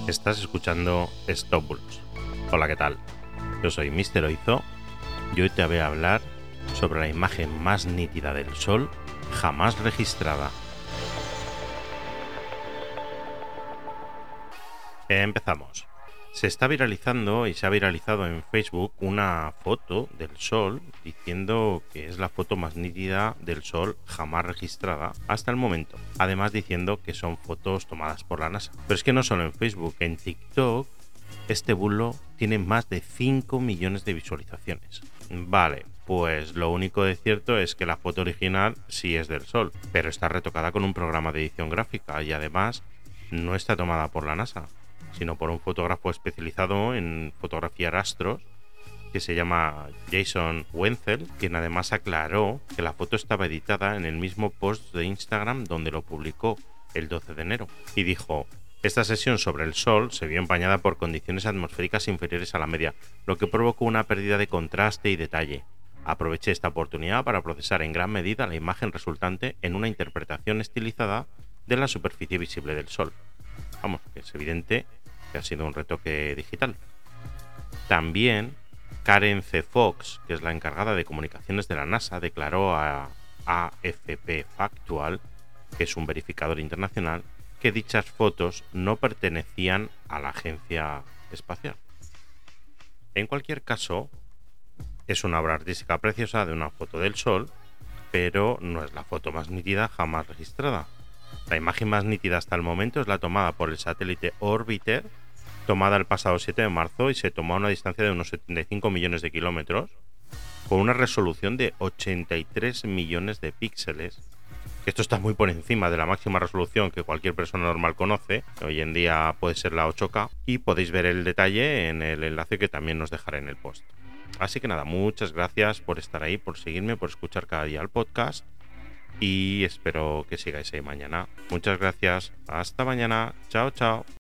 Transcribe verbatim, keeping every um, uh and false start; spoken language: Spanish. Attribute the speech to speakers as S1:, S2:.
S1: Estás escuchando Stop Bulos. Hola, ¿qué tal? Yo soy míster Oizo y hoy te voy a hablar sobre la imagen más nítida del Sol jamás registrada. Empezamos. Se está viralizando y se ha viralizado en Facebook una foto del Sol diciendo que es la foto más nítida del Sol jamás registrada hasta el momento. Además diciendo que son fotos tomadas por la NASA. Pero es que no solo en Facebook, en TikTok este bulo tiene más de cinco millones de visualizaciones. Vale, pues lo único de cierto es que la foto original sí es del Sol, pero está retocada con un programa de edición gráfica y además no está tomada por la NASA, sino por un fotógrafo especializado en fotografiar astros que se llama Jason Wenzel, quien además aclaró que la foto estaba editada en el mismo post de Instagram donde lo publicó el doce de enero y dijo: esta sesión sobre el Sol se vio empañada por condiciones atmosféricas inferiores a la media, lo que provocó una pérdida de contraste y detalle. Aproveché esta oportunidad para procesar en gran medida la imagen resultante en una interpretación estilizada de la superficie visible del Sol. Vamos, que es evidente que ha sido un retoque digital. También Karen C. Fox, que es la encargada de comunicaciones de la NASA, declaró a A F P Factual, que es un verificador internacional, que dichas fotos no pertenecían a la agencia espacial. En cualquier caso, es una obra artística preciosa de una foto del Sol, pero no es la foto más nítida jamás registrada. La imagen más nítida hasta el momento es la tomada por el satélite Orbiter, tomada el pasado siete de marzo y se tomó a una distancia de unos setenta y cinco millones de kilómetros, con una resolución de ochenta y tres millones de píxeles. Esto está muy por encima de la máxima resolución que cualquier persona normal conoce. Hoy en día puede ser la ocho K y podéis ver el detalle en el enlace que también os dejaré en el post. Así que nada, muchas gracias por estar ahí, por seguirme, por escuchar cada día el podcast y espero que sigáis ahí mañana. Muchas gracias, hasta mañana, chao chao.